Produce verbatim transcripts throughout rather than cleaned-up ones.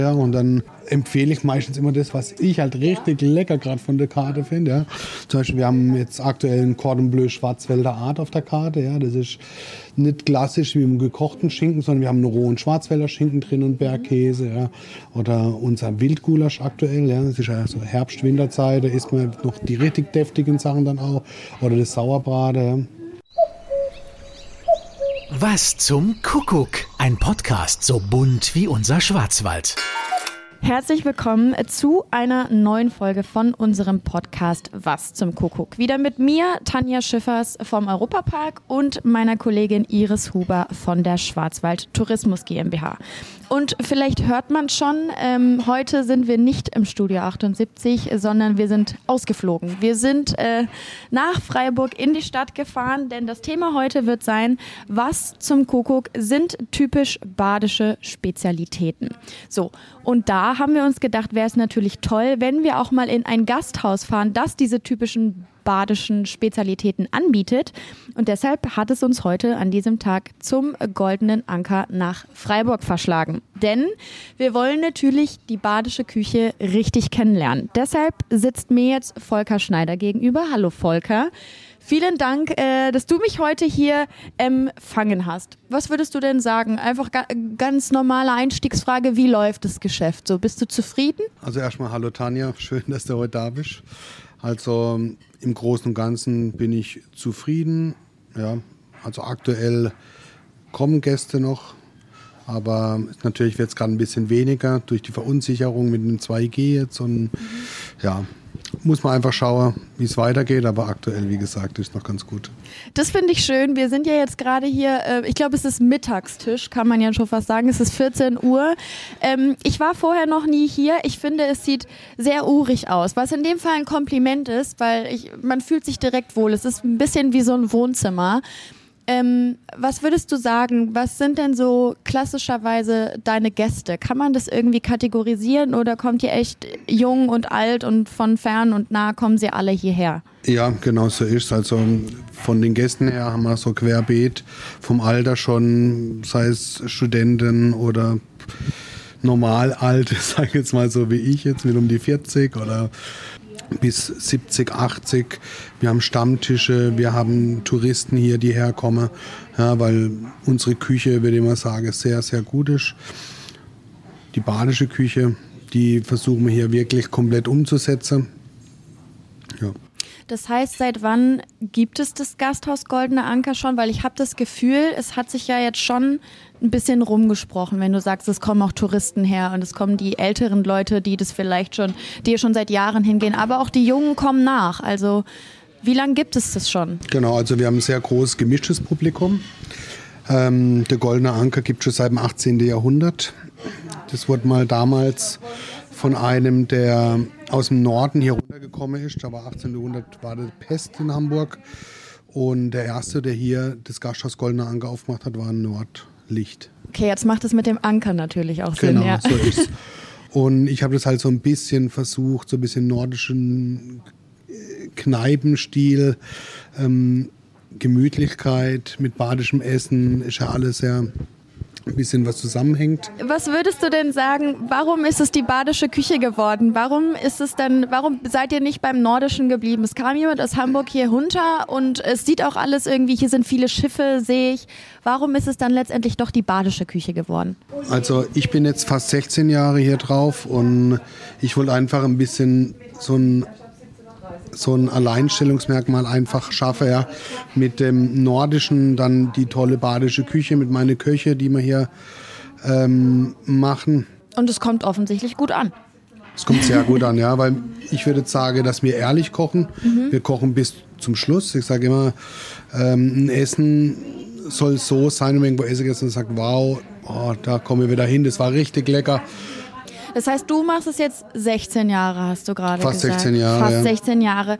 Ja, und dann empfehle ich meistens immer das, was ich halt richtig lecker gerade von der Karte finde. Ja. Zum Beispiel, wir haben jetzt aktuell einen Cordon Bleu Schwarzwälder Art auf der Karte. Ja. Das ist nicht klassisch wie im gekochten Schinken, sondern wir haben einen rohen Schwarzwälder Schinken drin und Bergkäse. Ja. Oder unser Wildgulasch aktuell. Ja. Das ist ja so Herbst-Winterzeit, da isst man noch die richtig deftigen Sachen dann auch. Oder das Sauerbraten. Ja. Was zum Kuckuck? Ein Podcast so bunt wie unser Schwarzwald. Herzlich willkommen zu einer neuen Folge von unserem Podcast Was zum Kuckuck. Wieder mit mir, Tanja Schiffers vom Europapark und meiner Kollegin Iris Huber von der Schwarzwald Tourismus GmbH. Und vielleicht hört man schon, ähm, heute sind wir nicht im Studio achtundsiebzig, sondern wir sind ausgeflogen. Wir sind äh, nach Freiburg in die Stadt gefahren, denn das Thema heute wird sein, was zum Kuckuck sind typisch badische Spezialitäten. So, und da haben wir uns gedacht, wäre es natürlich toll, wenn wir auch mal in ein Gasthaus fahren, das diese typischen badischen Spezialitäten anbietet. Und deshalb hat es uns heute an diesem Tag zum Goldenen Anker nach Freiburg verschlagen. Denn wir wollen natürlich die badische Küche richtig kennenlernen. Deshalb sitzt mir jetzt Volker Schneider gegenüber. Hallo Volker. Vielen Dank, äh, dass du mich heute hier empfangen hast. Was würdest du denn sagen? Einfach ga- ganz normale Einstiegsfrage, wie läuft das Geschäft? So, bist du zufrieden? Also erstmal hallo Tanja, schön, dass du heute da bist. Also im Großen und Ganzen bin ich zufrieden. Ja, also aktuell kommen Gäste noch, aber natürlich wird es gerade ein bisschen weniger durch die Verunsicherung mit dem zwei G jetzt. Und mhm. ja, muss man einfach schauen, wie es weitergeht, aber aktuell, wie gesagt, ist noch ganz gut. Das finde ich schön. Wir sind ja jetzt gerade hier, äh, ich glaube, es ist Mittagstisch, kann man ja schon fast sagen. Es ist vierzehn Uhr. Ähm, ich war vorher noch nie hier. Ich finde, es sieht sehr urig aus, was in dem Fall ein Kompliment ist, weil ich, man fühlt sich direkt wohl. Es ist ein bisschen wie so ein Wohnzimmer. Ähm, was würdest du sagen, was sind denn so klassischerweise deine Gäste? Kann man das irgendwie kategorisieren oder kommt ihr echt jung und alt und von fern und nah kommen sie alle hierher? Ja, genau so ist es. Also von den Gästen her haben wir so querbeet vom Alter schon, sei es Studenten oder normal alt, sage ich jetzt mal so wie ich jetzt mit um die vierzig oder bis siebzig, achtzig. Wir haben Stammtische, wir haben Touristen hier, die herkommen, ja, weil unsere Küche, würde ich mal sagen, sehr, sehr gut ist. Die badische Küche, die versuchen wir hier wirklich komplett umzusetzen. Ja. Das heißt, seit wann gibt es das Gasthaus Goldener Anker schon? Weil ich habe das Gefühl, es hat sich ja jetzt schon ein bisschen rumgesprochen, wenn du sagst, es kommen auch Touristen her und es kommen die älteren Leute, die das vielleicht schon, die schon seit Jahren hingehen, aber auch die Jungen kommen nach. Also wie lange gibt es das schon? Genau, also wir haben ein sehr großes gemischtes Publikum. Ähm, der Goldener Anker gibt es schon seit dem achtzehnten Jahrhundert. Das wurde mal damals von einem, der aus dem Norden hier runtergekommen ist. Da war achtzehnten Jahrhundert war die Pest in Hamburg. Und der Erste, der hier das Gasthaus Goldener Anker aufgemacht hat, war ein Nordlicht. Okay, jetzt macht es mit dem Anker natürlich auch Sinn. Genau, ja. so ist. Und ich habe das halt so ein bisschen versucht, so ein bisschen nordischen Kneipenstil, ähm, Gemütlichkeit mit badischem Essen, ist ja alles sehr ein bisschen was zusammenhängt. Was würdest du denn sagen, warum ist es die badische Küche geworden? Warum ist es denn, warum seid ihr nicht beim Nordischen geblieben? Es kam jemand aus Hamburg hier runter und es sieht auch alles irgendwie, hier sind viele Schiffe, sehe ich. Warum ist es dann letztendlich doch die badische Küche geworden? Also ich bin jetzt fast sechzehn Jahre hier drauf und ich wollte einfach ein bisschen so ein so ein Alleinstellungsmerkmal einfach schaffe, ja, mit dem Nordischen, dann die tolle badische Küche mit meinen Köche, die wir hier ähm, machen. Und es kommt offensichtlich gut an. Es kommt sehr gut an, ja, weil ich würde sagen, dass wir ehrlich kochen. Mhm. Wir kochen bis zum Schluss. Ich sage immer, ähm, ein Essen soll so sein, wenn man irgendwo essen geht und sagt, wow, oh, da kommen wir wieder hin, das war richtig lecker. Das heißt, du machst es jetzt sechzehn Jahre, hast du gerade Fast gesagt. sechzehn Jahre, Fast ja. sechzehn Jahre.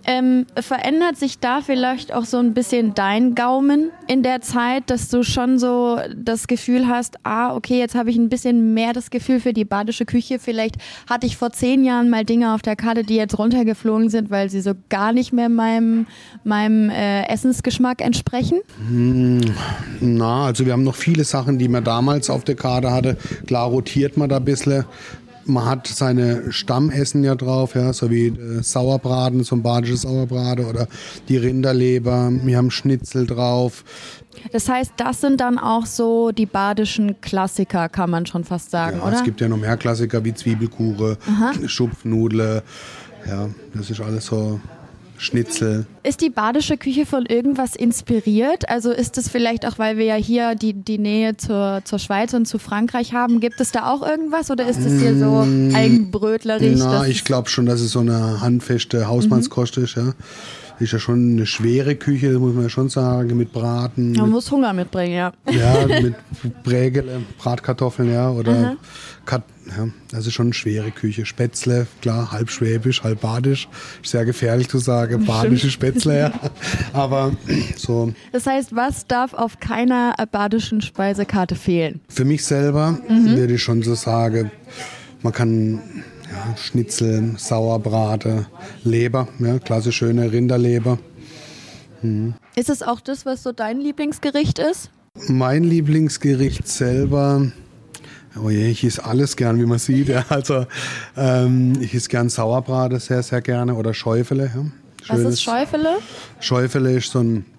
Ähm, verändert sich da vielleicht auch so ein bisschen dein Gaumen in der Zeit, dass du schon so das Gefühl hast, ah, okay, jetzt habe ich ein bisschen mehr das Gefühl für die badische Küche. Vielleicht hatte ich vor zehn Jahren mal Dinge auf der Karte, die jetzt runtergeflogen sind, weil sie so gar nicht mehr meinem, meinem äh, Essensgeschmack entsprechen? Hm, na, also wir haben noch viele Sachen, die man damals auf der Karte hatte. Klar rotiert man da ein bisschen. Man hat seine Stammessen ja drauf, ja, so wie äh, Sauerbraten, so ein badisches Sauerbraten oder die Rinderleber. Wir haben Schnitzel drauf. Das heißt, das sind dann auch so die badischen Klassiker, kann man schon fast sagen, ja, oder? Es gibt ja noch mehr Klassiker wie Zwiebelkuchen, Schupfnudel. Ja, das ist alles so Schnitzel. Ist die badische Küche von irgendwas inspiriert? Also ist es vielleicht auch, weil wir ja hier die, die Nähe zur, zur Schweiz und zu Frankreich haben, gibt es da auch irgendwas oder ist es hier so eigenbrötlerisch? Na, ich glaube schon, dass es so eine handfeste Hausmannskost mhm. ist, ja. Ist ja schon eine schwere Küche, das muss man ja schon sagen, mit Braten. Man mit, muss Hunger mitbringen, ja. Ja, mit Brägele, Bratkartoffeln, ja, oder Kat, ja, das ist schon eine schwere Küche. Spätzle, klar, halb schwäbisch, halb badisch. Ist sehr gefährlich zu sagen, badische Spätzle, ja. Aber so. Das heißt, was darf auf keiner badischen Speisekarte fehlen? Für mich selber mhm. würde ich schon so sagen, man kann ja, Schnitzel, Sauerbrate, Leber, ja, klasse schöne Rinderleber. Mhm. Ist es auch das, was so dein Lieblingsgericht ist? Mein Lieblingsgericht selber, oh je, ich esse alles gern, wie man sieht. Ja. Also ähm, ich esse gern Sauerbrate sehr, sehr gerne oder Schäufele. Ja. Was ist Schäufele? Schäufele ist so ein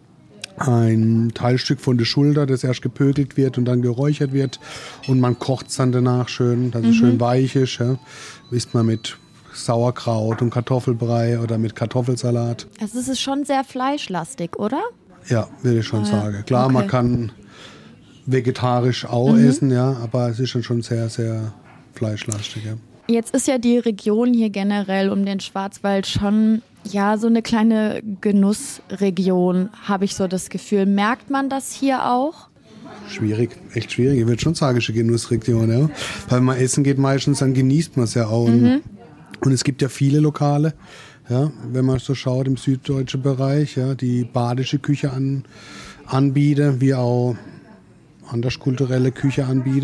ein Teilstück von der Schulter, das erst gepökelt wird und dann geräuchert wird und man kocht es dann danach schön, dass es mhm. schön weich ist. Ja. Isst man mit Sauerkraut und Kartoffelbrei oder mit Kartoffelsalat. Also es ist schon sehr fleischlastig, oder? Ja, würde ich schon ah, sagen. Klar, okay. man kann vegetarisch auch mhm. essen, ja, aber es ist schon sehr, sehr fleischlastig. Ja. Jetzt ist ja die Region hier generell um den Schwarzwald schon ja so eine kleine Genussregion, habe ich so das Gefühl. Merkt man das hier auch? Schwierig, echt schwierig. Ich würde schon sagen, es ist eine Genussregion. Ja. Weil man essen geht meistens, dann genießt man es ja auch. Mhm. Und es gibt ja viele Lokale, ja, wenn man so schaut im süddeutschen Bereich, ja, die badische Küche an, anbieten, wie auch anderskulturelle Küche anbieten.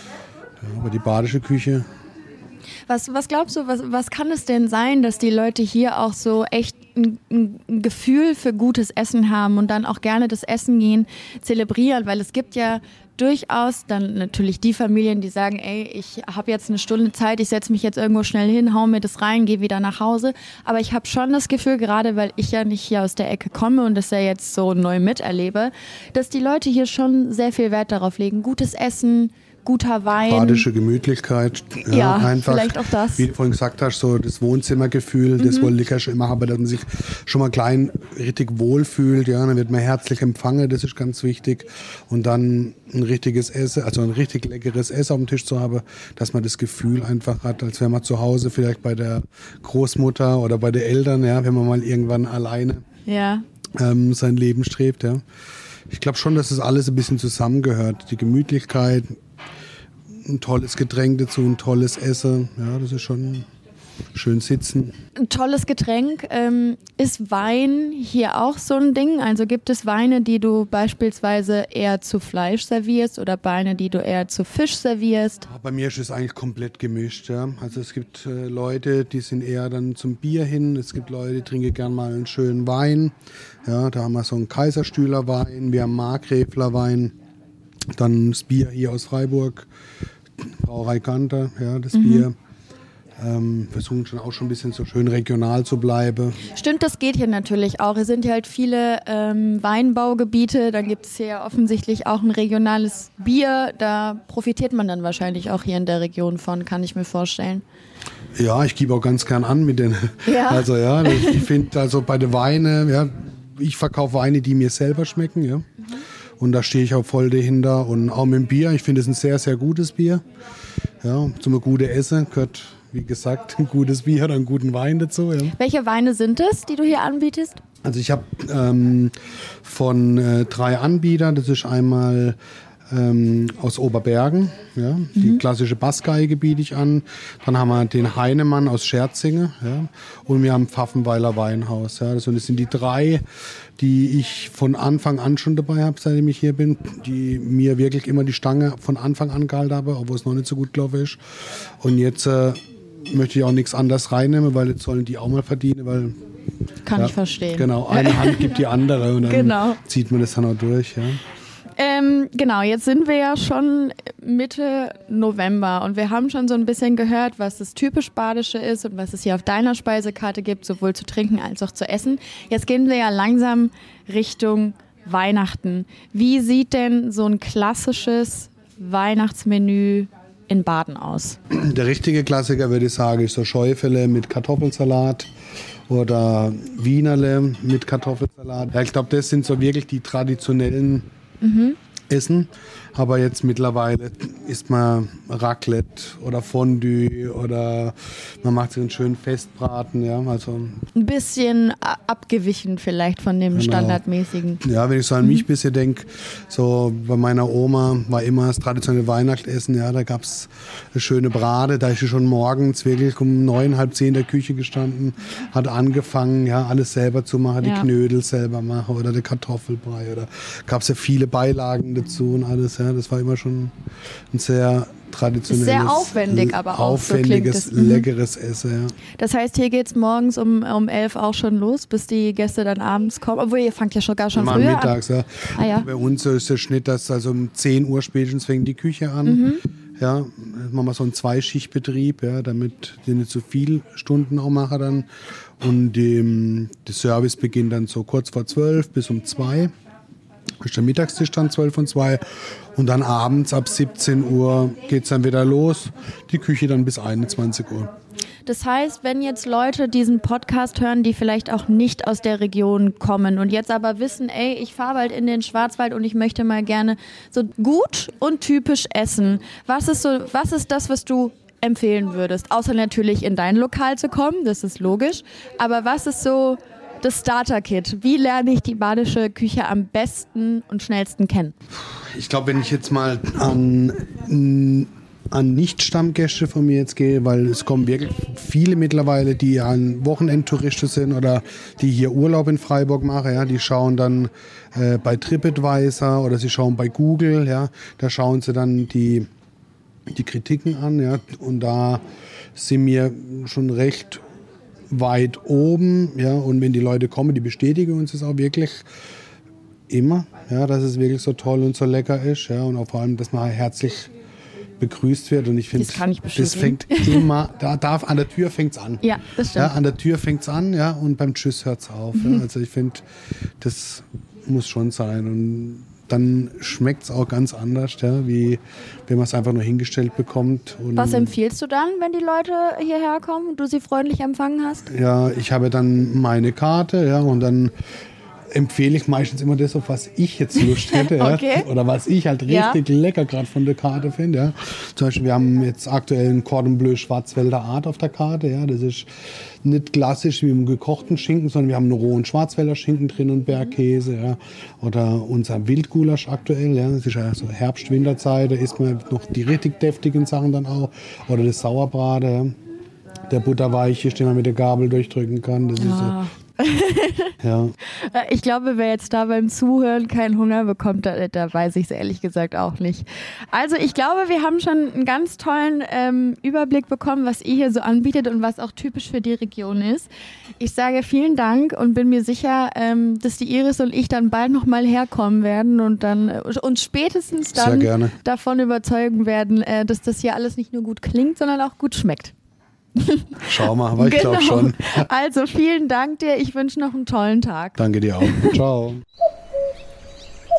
Ja, aber die badische Küche. Was, was glaubst du, was, was kann es denn sein, dass die Leute hier auch so echt ein, ein Gefühl für gutes Essen haben und dann auch gerne das Essen gehen, zelebrieren? Weil es gibt ja durchaus dann natürlich die Familien, die sagen, ey, ich habe jetzt eine Stunde Zeit, ich setze mich jetzt irgendwo schnell hin, hau mir das rein, gehe wieder nach Hause. Aber ich habe schon das Gefühl, gerade weil ich ja nicht hier aus der Ecke komme und das ja jetzt so neu miterlebe, dass die Leute hier schon sehr viel Wert darauf legen. Gutes Essen, guter Wein. Badische Gemütlichkeit. Ja, ja einfach, vielleicht auch das. Wie du vorhin gesagt hast, so das Wohnzimmergefühl, mhm. das wollte ich ja schon immer haben, dass man sich schon mal klein richtig wohlfühlt. Ja, dann wird man herzlich empfangen, das ist ganz wichtig. Und dann ein richtiges Essen, also ein richtig leckeres Essen auf dem Tisch zu haben, dass man das Gefühl einfach hat, als wäre man zu Hause vielleicht bei der Großmutter oder bei den Eltern, ja, wenn man mal irgendwann alleine ja. ähm, sein Leben strebt. Ja. Ich glaube schon, dass das alles ein bisschen zusammengehört. Die Gemütlichkeit, ein tolles Getränk dazu, ein tolles Essen. Ja, das ist schon schön sitzen. Ein tolles Getränk. Ähm, ist Wein hier auch so ein Ding? Also gibt es Weine, die du beispielsweise eher zu Fleisch servierst oder Weine, die du eher zu Fisch servierst? Bei mir ist es eigentlich komplett gemischt. Ja. Also es gibt äh, Leute, die sind eher dann zum Bier hin. Es gibt Leute, die trinken gern mal einen schönen Wein. Ja, da haben wir so einen Kaiserstühler Wein, wir haben Markgräfler Wein. Dann das Bier hier aus Freiburg, Brauerei Ganter, ja, das mhm. Bier. Ähm, versuchen schon auch schon ein bisschen so schön regional zu bleiben. Stimmt, das geht hier natürlich auch. Hier sind ja halt viele ähm, Weinbaugebiete, dann gibt es hier ja offensichtlich auch ein regionales Bier. Da profitiert man dann wahrscheinlich auch hier in der Region von, kann ich mir vorstellen. Ja, ich gebe auch ganz gern an mit den. Ja. Also ja, ich finde also bei den Weinen, ja, ich verkaufe Weine, die mir selber schmecken, ja. Mhm. Und da stehe ich auch voll dahinter. Und auch mit dem Bier, ich finde es ein sehr, sehr gutes Bier. Ja, zum guten Essen gehört, wie gesagt, ein gutes Bier oder einen guten Wein dazu. Ja. Welche Weine sind es, die du hier anbietest? Also ich habe ähm, von äh, drei Anbietern, das ist einmal ähm, aus Oberbergen. Ja. Mhm. Die klassische Bassgeige biete ich an. Dann haben wir den Heinemann aus Scherzinge. Ja. Und wir haben Pfaffenweiler Weinhaus. Ja. Das sind die drei, die ich von Anfang an schon dabei habe, seitdem ich hier bin. Die mir wirklich immer die Stange von Anfang an gehalten habe, obwohl es noch nicht so gut, glaube ich. Und jetzt äh, möchte ich auch nichts anderes reinnehmen, weil jetzt sollen die auch mal verdienen, weil Kann ja, ich verstehen. Genau, eine Hand gibt die andere und dann genau. zieht man das dann auch durch. Ja. Ähm, genau, jetzt sind wir ja schon Mitte November und wir haben schon so ein bisschen gehört, was das typisch Badische ist und was es hier auf deiner Speisekarte gibt, sowohl zu trinken als auch zu essen. Jetzt gehen wir ja langsam Richtung Weihnachten. Wie sieht denn so ein klassisches Weihnachtsmenü in Baden aus? Der richtige Klassiker, würde ich sagen, ist so Scheufele mit Kartoffelsalat oder Wienerle mit Kartoffelsalat. Ja, ich glaube, das sind so wirklich die traditionellen mhm. Essen. Aber jetzt mittlerweile isst man Raclette oder Fondue oder man macht sich einen schönen Festbraten. Ja, also ein bisschen abgewichen vielleicht von dem genau. standardmäßigen. Ja, wenn ich so an mich ein bisschen denke, so bei meiner Oma war immer das traditionelle Weihnachtsessen. Ja, da gab es eine schöne Brate. Da ist sie schon morgens wirklich um neun, halb zehn in der Küche gestanden, hat angefangen, ja, alles selber zu machen, ja. die Knödel selber machen oder den Kartoffelbrei. Oder gab es ja viele Beilagen dazu und alles. Ja. Das war immer schon ein sehr traditionelles, sehr aufwendig, aber auch aufwendiges, so leckeres Essen. Ja. Das heißt, hier geht es morgens um, um elf auch schon los, bis die Gäste dann abends kommen. Obwohl, ihr fangt ja schon gar schon wir früher mittags, an. Ja. Ah, ja. Bei uns ist der Schnitt, dass also um zehn Uhr spätestens fängt die Küche an. Mhm. Ja, machen wir so einen Zweischichtbetrieb, ja, damit die nicht so viele Stunden auch machen dann. Und die, der Service beginnt dann so kurz vor zwölf bis um zwei. Das ist der Mittagstisch dann zwölf und zwei und dann abends ab siebzehn Uhr geht es dann wieder los, die Küche dann bis einundzwanzig Uhr. Das heißt, wenn jetzt Leute diesen Podcast hören, die vielleicht auch nicht aus der Region kommen und jetzt aber wissen, ey, ich fahre bald in den Schwarzwald und ich möchte mal gerne so gut und typisch essen. Was ist so, was ist das, was du empfehlen würdest? Außer natürlich in dein Lokal zu kommen, das ist logisch, aber was ist so das Starter-Kit? Wie lerne ich die badische Küche am besten und schnellsten kennen? Ich glaube, wenn ich jetzt mal an, an Nicht-Stammgäste von mir jetzt gehe, weil es kommen wirklich viele mittlerweile, die an Wochenendtouristen sind oder die hier Urlaub in Freiburg machen, ja, die schauen dann äh, bei TripAdvisor oder sie schauen bei Google, ja, da schauen sie dann die, die Kritiken an, ja, und da sind wir schon recht weit oben, ja, und wenn die Leute kommen, die bestätigen uns das auch wirklich immer, ja, dass es wirklich so toll und so lecker ist, ja, und auch vor allem, dass man herzlich begrüßt wird und ich finde, das, das fängt immer, da darf, an der Tür fängt's an. Ja, das stimmt. Ja, an der Tür fängt's an, ja, und beim Tschüss hört's auf, mhm. ja, also ich finde, das muss schon sein und dann schmeckt es auch ganz anders, ja, wie wenn man es einfach nur hingestellt bekommt. Und was empfiehlst du dann, wenn die Leute hierher kommen und du sie freundlich empfangen hast? Ja, ich habe dann meine Karte, ja, und dann empfehle ich meistens immer das, auf was ich jetzt Lust hätte, okay. ja, oder was ich halt richtig ja. lecker gerade von der Karte finde. Ja. Zum Beispiel, wir haben jetzt aktuell einen Cordon Bleu Schwarzwälder Art auf der Karte. Ja. Das ist nicht klassisch wie im gekochten Schinken, sondern wir haben einen rohen Schwarzwälder Schinken drin und Bergkäse. Ja. Oder unser Wildgulasch aktuell. Ja. Das ist ja so Herbst-Winterzeit, da isst man noch die richtig deftigen Sachen dann auch. Oder das Sauerbraten, ja. Der Butterweiche, den man mit der Gabel durchdrücken kann. Das ja. ist so. Ja. Ich glaube, wer jetzt da beim Zuhören keinen Hunger bekommt, da, da weiß ich es ehrlich gesagt auch nicht. Also ich glaube, wir haben schon einen ganz tollen ähm, Überblick bekommen, was ihr hier so anbietet und was auch typisch für die Region ist. Ich sage vielen Dank und bin mir sicher, ähm, dass die Iris und ich dann bald nochmal herkommen werden und dann äh, uns spätestens dann davon überzeugen werden, äh, dass das hier alles nicht nur gut klingt, sondern auch gut schmeckt. Schau mal, aber ich genau. glaube schon. Also vielen Dank dir, ich wünsche noch einen tollen Tag. Danke dir auch. Ciao.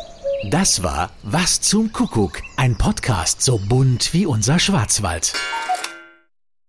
Das war Was zum Kuckuck, ein Podcast so bunt wie unser Schwarzwald.